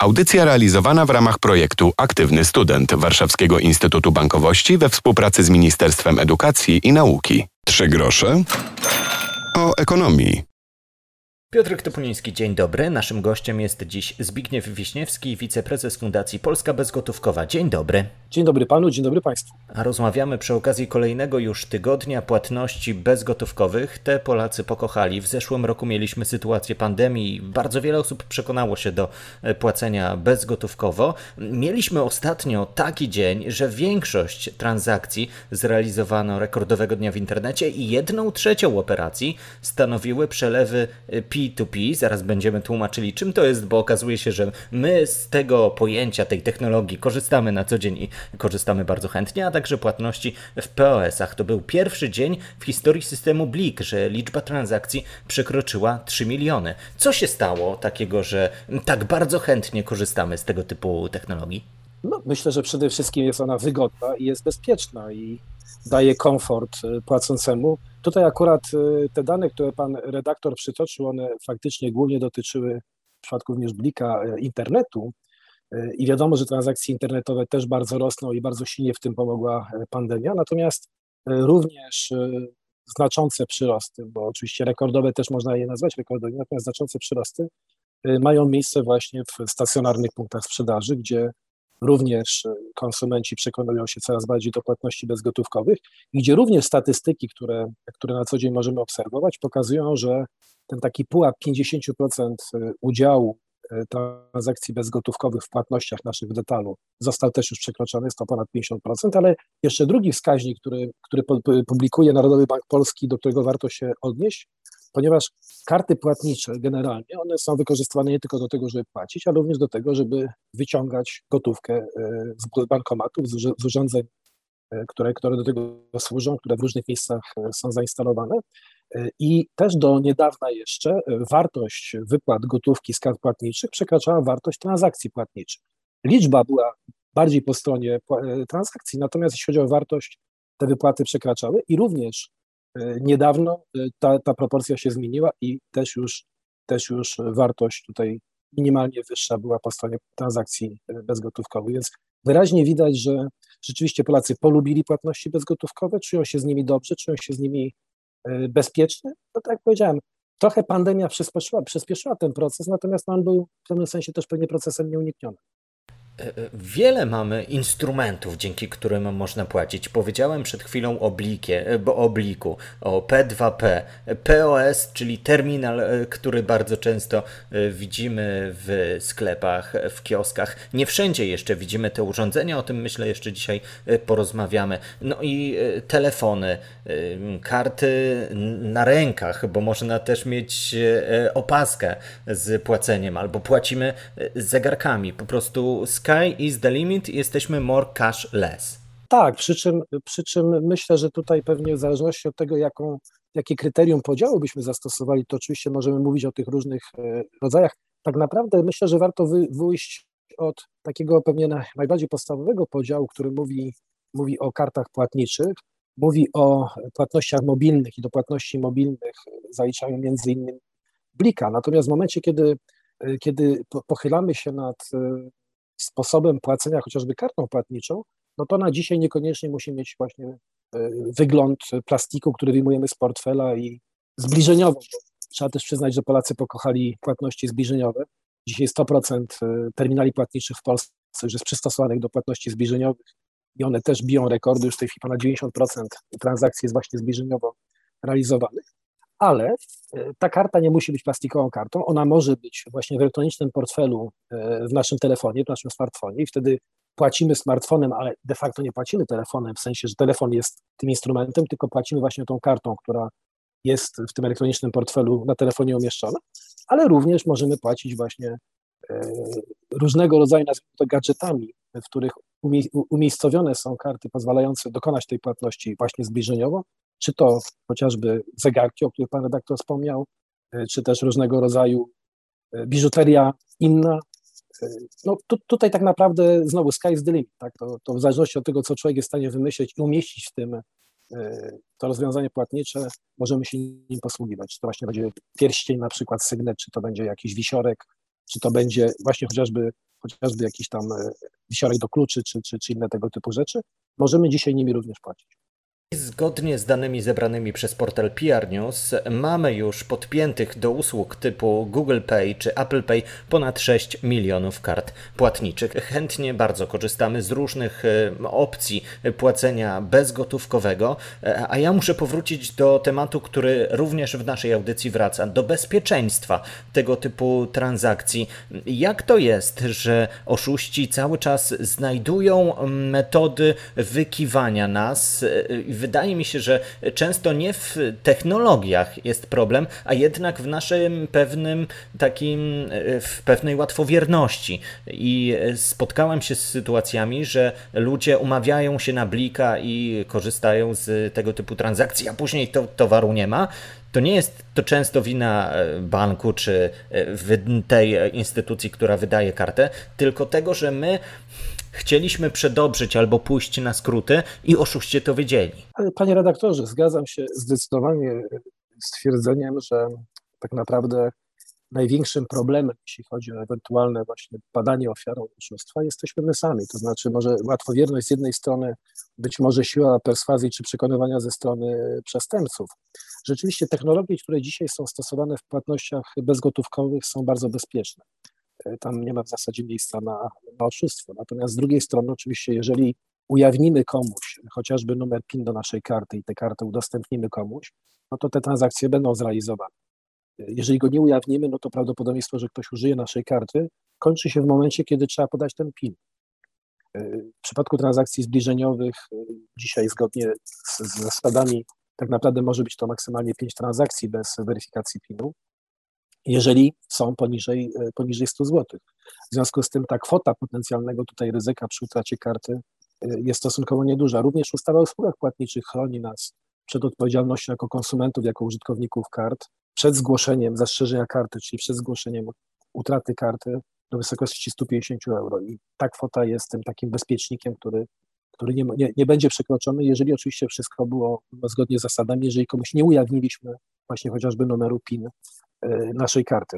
Audycja realizowana w ramach projektu Aktywny Student Warszawskiego Instytutu Bankowości we współpracy z Ministerstwem Edukacji i Nauki. 3 grosze o ekonomii. Piotr Topuliński, dzień dobry. Naszym gościem jest dziś Zbigniew Wiśniewski, wiceprezes Fundacji Polska Bezgotówkowa. Dzień dobry. Dzień dobry panu, dzień dobry państwu. A rozmawiamy przy okazji kolejnego już tygodnia płatności bezgotówkowych. Te Polacy pokochali. W zeszłym roku mieliśmy sytuację pandemii. Bardzo wiele osób przekonało się do płacenia bezgotówkowo. Mieliśmy ostatnio taki dzień, że większość transakcji zrealizowano rekordowego dnia w internecie i 1/3 operacji stanowiły przelewy P2P. Zaraz będziemy tłumaczyli, czym to jest, bo okazuje się, że my z tego pojęcia, tej technologii korzystamy na co dzień i korzystamy bardzo chętnie, a także płatności w POS-ach. To był pierwszy dzień w historii systemu Blik, że liczba transakcji przekroczyła 3 miliony. Co się stało takiego, że tak bardzo chętnie korzystamy z tego typu technologii? Myślę, że przede wszystkim jest ona wygodna i jest bezpieczna i daje komfort płacącemu. Tutaj akurat te dane, które pan redaktor przytoczył, one faktycznie głównie dotyczyły w przypadku również Blika internetu i wiadomo, że transakcje internetowe też bardzo rosną i bardzo silnie w tym pomogła pandemia, natomiast również znaczące przyrosty, bo oczywiście rekordowe też można je nazwać rekordowymi, natomiast znaczące przyrosty mają miejsce właśnie w stacjonarnych punktach sprzedaży, gdzie również konsumenci przekonują się coraz bardziej do płatności bezgotówkowych i gdzie również statystyki, które na co dzień możemy obserwować, pokazują, że ten taki pułap 50% udziału transakcji bezgotówkowych w płatnościach naszych w detalu został też już przekroczony, jest to ponad 50%, ale jeszcze drugi wskaźnik, który publikuje Narodowy Bank Polski, do którego warto się odnieść, ponieważ karty płatnicze generalnie, one są wykorzystywane nie tylko do tego, żeby płacić, ale również do tego, żeby wyciągać gotówkę z bankomatów, z urządzeń, które do tego służą, które w różnych miejscach są zainstalowane. I też do niedawna jeszcze wartość wypłat gotówki z kart płatniczych przekraczała wartość transakcji płatniczych. Liczba była bardziej po stronie transakcji, natomiast jeśli chodzi o wartość, te wypłaty przekraczały i również niedawno ta proporcja się zmieniła i też już wartość tutaj minimalnie wyższa była po stronie transakcji bezgotówkowych, więc wyraźnie widać, że rzeczywiście Polacy polubili płatności bezgotówkowe, czują się z nimi dobrze, czują się z nimi bezpiecznie. No tak jak powiedziałem, trochę pandemia przyspieszyła ten proces, natomiast on był w pewnym sensie też pewnie procesem nieuniknionym. Wiele mamy instrumentów, dzięki którym można płacić. Powiedziałem przed chwilą o Bliku, o P2P, POS, czyli terminal, który bardzo często widzimy w sklepach, w kioskach. Nie wszędzie jeszcze widzimy te urządzenia, o tym myślę jeszcze dzisiaj porozmawiamy. No i telefony, karty na rękach, bo można też mieć opaskę z płaceniem, albo płacimy zegarkami, po prostu sky is the limit, jesteśmy more cashless. Tak, przy czym myślę, że tutaj pewnie w zależności od tego, jakie kryterium podziału byśmy zastosowali, to oczywiście możemy mówić o tych różnych rodzajach. Tak naprawdę myślę, że warto wyjść od takiego pewnie najbardziej podstawowego podziału, który mówi o kartach płatniczych, mówi o płatnościach mobilnych i do płatności mobilnych zaliczają między innymi Blika. Natomiast w momencie, kiedy pochylamy się nad sposobem płacenia chociażby kartą płatniczą, no to na dzisiaj niekoniecznie musi mieć właśnie wygląd plastiku, który wyjmujemy z portfela i zbliżeniowo. Trzeba też przyznać, że Polacy pokochali płatności zbliżeniowe. Dzisiaj 100% terminali płatniczych w Polsce już jest przystosowanych do płatności zbliżeniowych i one też biją rekordy, już w tej chwili ponad 90% transakcji jest właśnie zbliżeniowo realizowanych. Ale ta karta nie musi być plastikową kartą, ona może być właśnie w elektronicznym portfelu w naszym telefonie, w naszym smartfonie i wtedy płacimy smartfonem, ale de facto nie płacimy telefonem, w sensie, że telefon jest tym instrumentem, tylko płacimy właśnie tą kartą, która jest w tym elektronicznym portfelu na telefonie umieszczona, ale również możemy płacić właśnie różnego rodzaju, nazwijmy to, gadżetami, w których umiejscowione są karty pozwalające dokonać tej płatności właśnie zbliżeniowo, czy to chociażby zegarki, o których pan redaktor wspomniał, czy też różnego rodzaju biżuteria inna. No tutaj tak naprawdę znowu sky is the limit, tak? To w zależności od tego, co człowiek jest w stanie wymyśleć i umieścić w tym to rozwiązanie płatnicze, możemy się nim posługiwać. Czy to właśnie będzie pierścień na przykład sygnet, czy to będzie jakiś wisiorek, czy to będzie właśnie chociażby jakiś tam wisiorek do kluczy, czy inne tego typu rzeczy, możemy dzisiaj nimi również płacić. Zgodnie z danymi zebranymi przez portal PR News mamy już podpiętych do usług typu Google Pay czy Apple Pay ponad 6 milionów kart płatniczych. Chętnie bardzo korzystamy z różnych opcji płacenia bezgotówkowego, a ja muszę powrócić do tematu, który również w naszej audycji wraca, do bezpieczeństwa tego typu transakcji. Jak to jest, że oszuści cały czas znajdują metody wykiwania nas? Wydaje mi się, że często nie w technologiach jest problem, a jednak w naszym w pewnej łatwowierności. I spotkałem się z sytuacjami, że ludzie umawiają się na blika i korzystają z tego typu transakcji, a później towaru nie ma. To nie jest to często wina banku czy tej instytucji, która wydaje kartę, tylko tego, że my chcieliśmy przedobrzyć albo pójść na skróty i oszuście to wiedzieli. Panie redaktorze, zgadzam się zdecydowanie z twierdzeniem, że tak naprawdę największym problemem, jeśli chodzi o ewentualne właśnie badanie ofiarą oszustwa, jesteśmy my sami. To znaczy może łatwowierność z jednej strony, być może siła perswazji czy przekonywania ze strony przestępców. Rzeczywiście technologie, które dzisiaj są stosowane w płatnościach bezgotówkowych, są bardzo bezpieczne. Tam nie ma w zasadzie miejsca na oszustwo. Natomiast z drugiej strony oczywiście, jeżeli ujawnimy komuś chociażby numer PIN do naszej karty i tę kartę udostępnimy komuś, no to te transakcje będą zrealizowane. Jeżeli go nie ujawnimy, no to prawdopodobieństwo, że ktoś użyje naszej karty, kończy się w momencie, kiedy trzeba podać ten PIN. W przypadku transakcji zbliżeniowych dzisiaj zgodnie z zasadami tak naprawdę może być to maksymalnie 5 transakcji bez weryfikacji PIN-u, jeżeli są poniżej 100 zł. W związku z tym ta kwota potencjalnego tutaj ryzyka przy utracie karty jest stosunkowo nieduża. Również ustawa o usługach płatniczych chroni nas przed odpowiedzialnością jako konsumentów, jako użytkowników kart, przed zgłoszeniem zastrzeżenia karty, czyli przed zgłoszeniem utraty karty do wysokości 150 euro. I ta kwota jest tym takim bezpiecznikiem, który nie będzie przekroczony, jeżeli oczywiście wszystko było zgodnie z zasadami, jeżeli komuś nie ujawniliśmy właśnie chociażby numeru PIN naszej karty.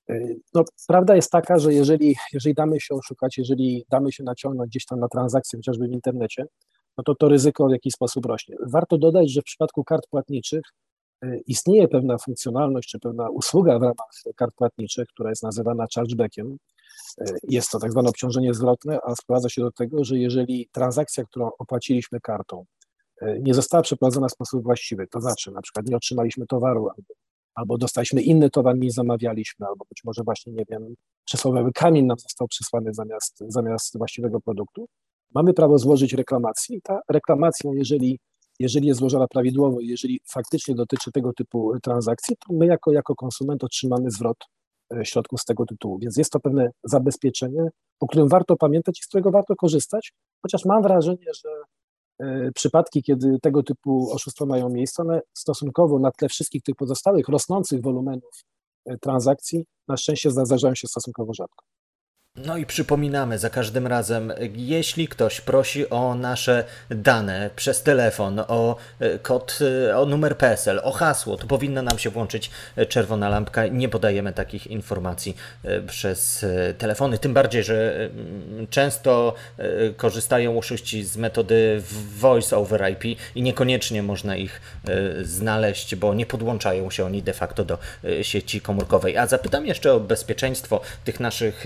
No, prawda jest taka, że jeżeli damy się oszukać, jeżeli damy się naciągnąć gdzieś tam na transakcję, chociażby w internecie, no to ryzyko w jakiś sposób rośnie. Warto dodać, że w przypadku kart płatniczych istnieje pewna funkcjonalność czy pewna usługa w ramach kart płatniczych, która jest nazywana chargebackiem. Jest to tak zwane obciążenie zwrotne, a sprowadza się do tego, że jeżeli transakcja, którą opłaciliśmy kartą, nie została przeprowadzona w sposób właściwy, to znaczy na przykład nie otrzymaliśmy towaru albo dostaliśmy inny towar niż zamawialiśmy, albo być może właśnie, nie wiem, przysłowiowy kamień nam został przysłany zamiast właściwego produktu, mamy prawo złożyć reklamację i ta reklamacja, jeżeli jest złożona prawidłowo, jeżeli faktycznie dotyczy tego typu transakcji, to my jako konsument otrzymamy zwrot środków z tego tytułu. Więc jest to pewne zabezpieczenie, o którym warto pamiętać i z którego warto korzystać, chociaż mam wrażenie, że przypadki, kiedy tego typu oszustwa mają miejsce, one stosunkowo na tle wszystkich tych pozostałych rosnących wolumenów transakcji na szczęście zdarzają się stosunkowo rzadko. No i przypominamy za każdym razem, jeśli ktoś prosi o nasze dane przez telefon, o kod, o numer PESEL, o hasło, to powinna nam się włączyć czerwona lampka. Nie podajemy takich informacji przez telefony, tym bardziej, że często korzystają oszuści z metody Voice over IP i niekoniecznie można ich znaleźć, bo nie podłączają się oni de facto do sieci komórkowej. A zapytam jeszcze o bezpieczeństwo tych naszych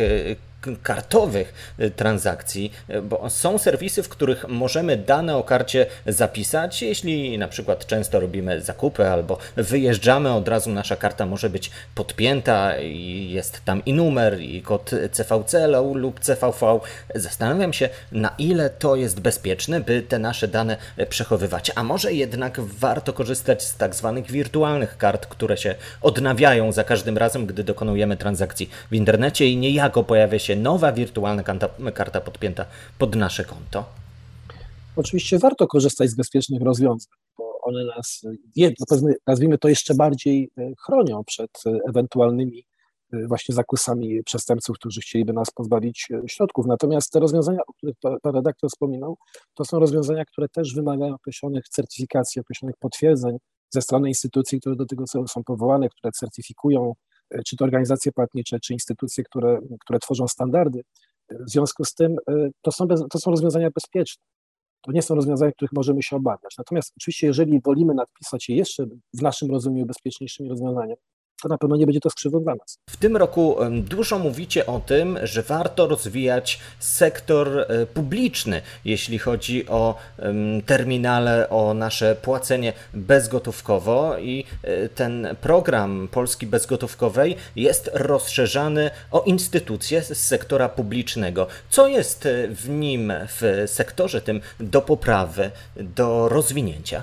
kartowych transakcji, bo są serwisy, w których możemy dane o karcie zapisać. Jeśli na przykład często robimy zakupy albo wyjeżdżamy, od razu nasza karta może być podpięta i jest tam i numer, i kod CVC lub CVV. Zastanawiam się, na ile to jest bezpieczne, by te nasze dane przechowywać. A może jednak warto korzystać z tak zwanych wirtualnych kart, które się odnawiają za każdym razem, gdy dokonujemy transakcji w internecie i niejako pojawia się nowa wirtualna karta podpięta pod nasze konto? Oczywiście warto korzystać z bezpiecznych rozwiązań, bo one nas, nazwijmy to, jeszcze bardziej chronią przed ewentualnymi właśnie zakusami przestępców, którzy chcieliby nas pozbawić środków. Natomiast te rozwiązania, o których pan redaktor wspominał, to są rozwiązania, które też wymagają określonych certyfikacji, określonych potwierdzeń ze strony instytucji, które do tego celu są powołane, które certyfikują czy to organizacje płatnicze, czy instytucje, które tworzą standardy. W związku z tym to są rozwiązania bezpieczne. To nie są rozwiązania, których możemy się obawiać. Natomiast oczywiście, jeżeli wolimy nadpisać je jeszcze w naszym rozumieniu bezpieczniejszymi rozwiązaniami, to na pewno nie będzie to skrzywdą dla nas. W tym roku dużo mówicie o tym, że warto rozwijać sektor publiczny, jeśli chodzi o terminale, o nasze płacenie bezgotówkowo i ten program Polski Bezgotówkowej jest rozszerzany o instytucje z sektora publicznego. Co jest w nim, w sektorze tym do poprawy, do rozwinięcia?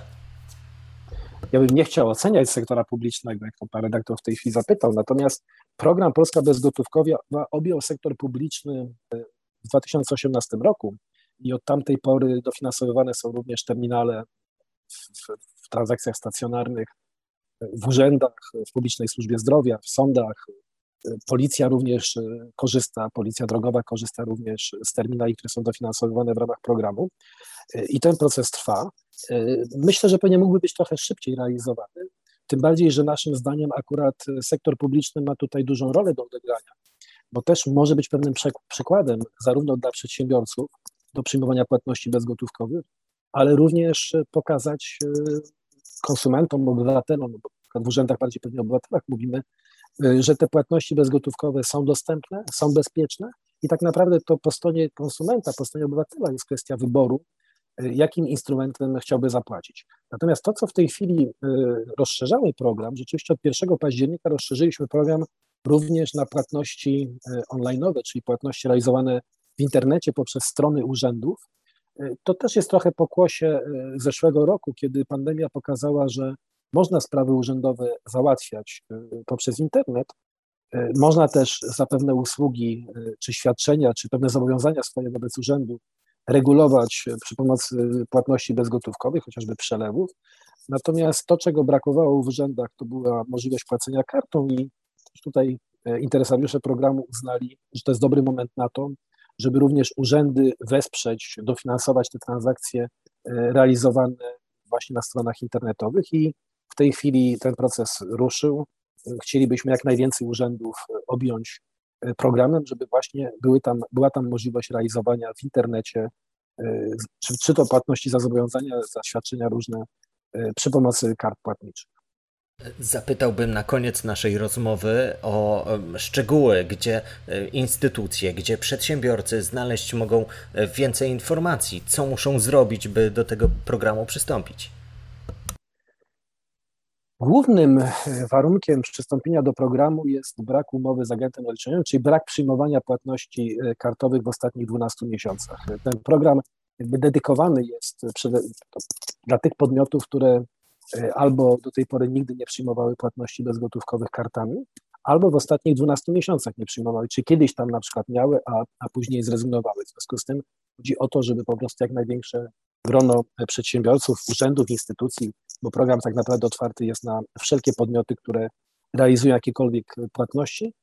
Ja bym nie chciał oceniać sektora publicznego, jak to pan redaktor w tej chwili zapytał, natomiast program Polska Bezgotówkowa objął sektor publiczny w 2018 roku i od tamtej pory dofinansowywane są również terminale w transakcjach stacjonarnych, w urzędach, w publicznej służbie zdrowia, w sądach. Policja również korzysta, policja drogowa korzysta również z terminali, które są dofinansowywane w ramach programu i ten proces trwa. Myślę, że pewnie mógłby być trochę szybciej realizowany, tym bardziej, że naszym zdaniem akurat sektor publiczny ma tutaj dużą rolę do odegrania, bo też może być pewnym przykładem zarówno dla przedsiębiorców do przyjmowania płatności bezgotówkowych, ale również pokazać konsumentom, obywatelom, bo w urzędach bardziej pewnie o obywatelach mówimy, że te płatności bezgotówkowe są dostępne, są bezpieczne i tak naprawdę to po stronie konsumenta, po stronie obywatela jest kwestia wyboru, jakim instrumentem chciałby zapłacić. Natomiast to, co w tej chwili rozszerzamy program, rzeczywiście od 1 października rozszerzyliśmy program również na płatności online'owe, czyli płatności realizowane w internecie poprzez strony urzędów. To też jest trochę pokłosie zeszłego roku, kiedy pandemia pokazała, że można sprawy urzędowe załatwiać poprzez internet. Można też za pewne usługi, czy świadczenia, czy pewne zobowiązania swoje wobec urzędu regulować przy pomocy płatności bezgotówkowych, chociażby przelewów. Natomiast to, czego brakowało w urzędach, to była możliwość płacenia kartą i tutaj interesariusze programu uznali, że to jest dobry moment na to, żeby również urzędy wesprzeć, dofinansować te transakcje realizowane właśnie na stronach internetowych i w tej chwili ten proces ruszył. Chcielibyśmy jak najwięcej urzędów objąć programem, żeby właśnie była tam możliwość realizowania w internecie, czy to płatności za zobowiązania, za świadczenia różne przy pomocy kart płatniczych. Zapytałbym na koniec naszej rozmowy o szczegóły, gdzie instytucje, gdzie przedsiębiorcy znaleźć mogą więcej informacji, co muszą zrobić, by do tego programu przystąpić. Głównym warunkiem przystąpienia do programu jest brak umowy z agentem rozliczeniowym, czyli brak przyjmowania płatności kartowych w ostatnich 12 miesiącach. Ten program jakby dedykowany jest dla tych podmiotów, które albo do tej pory nigdy nie przyjmowały płatności bezgotówkowych kartami, albo w ostatnich 12 miesiącach nie przyjmowały, czy kiedyś tam na przykład miały, a później zrezygnowały. W związku z tym chodzi o to, żeby po prostu jak największe grono przedsiębiorców, urzędów, instytucji, bo program tak naprawdę otwarty jest na wszelkie podmioty, które realizują jakiekolwiek płatności,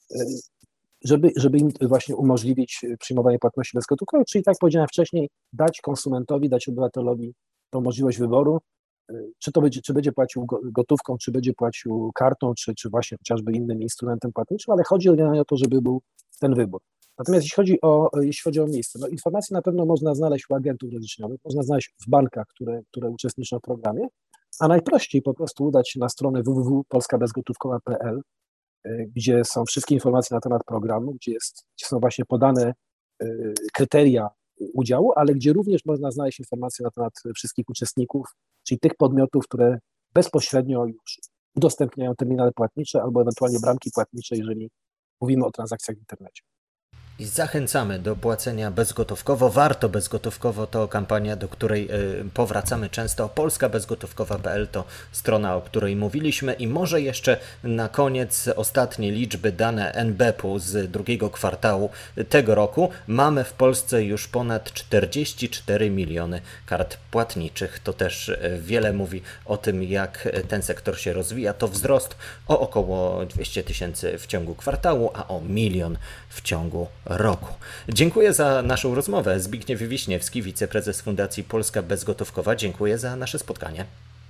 żeby im właśnie umożliwić przyjmowanie płatności bezgotówkowych, czyli tak jak powiedziałem wcześniej, dać konsumentowi, dać obywatelowi tą możliwość wyboru, czy będzie płacił gotówką, czy będzie płacił kartą, czy właśnie chociażby innym instrumentem płatniczym, ale chodzi o to, żeby był ten wybór. Natomiast jeśli chodzi o miejsce, no informacje na pewno można znaleźć u agentów rozliczeniowych, można znaleźć w bankach, które uczestniczą w programie, a najprościej po prostu udać się na stronę www.polskabezgotówkowa.pl, gdzie są wszystkie informacje na temat programu, gdzie są właśnie podane kryteria udziału, ale gdzie również można znaleźć informacje na temat wszystkich uczestników, czyli tych podmiotów, które bezpośrednio już udostępniają terminale płatnicze albo ewentualnie bramki płatnicze, jeżeli mówimy o transakcjach w internecie. I zachęcamy do płacenia bezgotówkowo. Warto bezgotówkowo, to kampania, do której powracamy często. polskabezgotówkowa.pl to strona, o której mówiliśmy. I może jeszcze na koniec ostatnie liczby, dane NBP-u z drugiego kwartału tego roku. Mamy w Polsce już ponad 44 miliony kart płatniczych. To też wiele mówi o tym, jak ten sektor się rozwija. To wzrost o około 200 000 w ciągu kwartału, a o 1 milion w ciągu roku. Dziękuję za naszą rozmowę. Zbigniew Wiśniewski, wiceprezes Fundacji Polska Bezgotówkowa. Dziękuję za nasze spotkanie.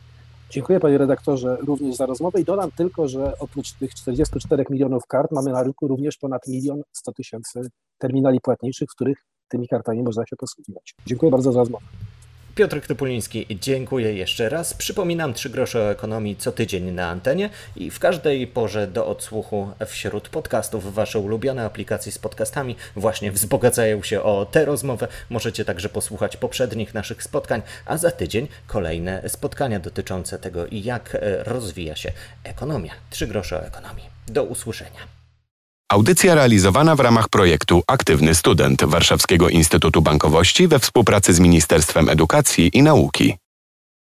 Dziękuję panie redaktorze również za rozmowę i dodam tylko, że oprócz tych 44 milionów kart mamy na rynku również ponad 1 100 000 terminali płatniczych, w których tymi kartami można się posługiwać. Dziękuję bardzo za rozmowę. Piotr Topuliński, dziękuję jeszcze raz. Przypominam, 3 grosze o ekonomii co tydzień na antenie i w każdej porze do odsłuchu wśród podcastów. Wasze ulubione aplikacje z podcastami właśnie wzbogacają się o tę rozmowę. Możecie także posłuchać poprzednich naszych spotkań, a za tydzień kolejne spotkania dotyczące tego, jak rozwija się ekonomia. 3 grosze o ekonomii. Do usłyszenia. Audycja realizowana w ramach projektu Aktywny Student Warszawskiego Instytutu Bankowości we współpracy z Ministerstwem Edukacji i Nauki.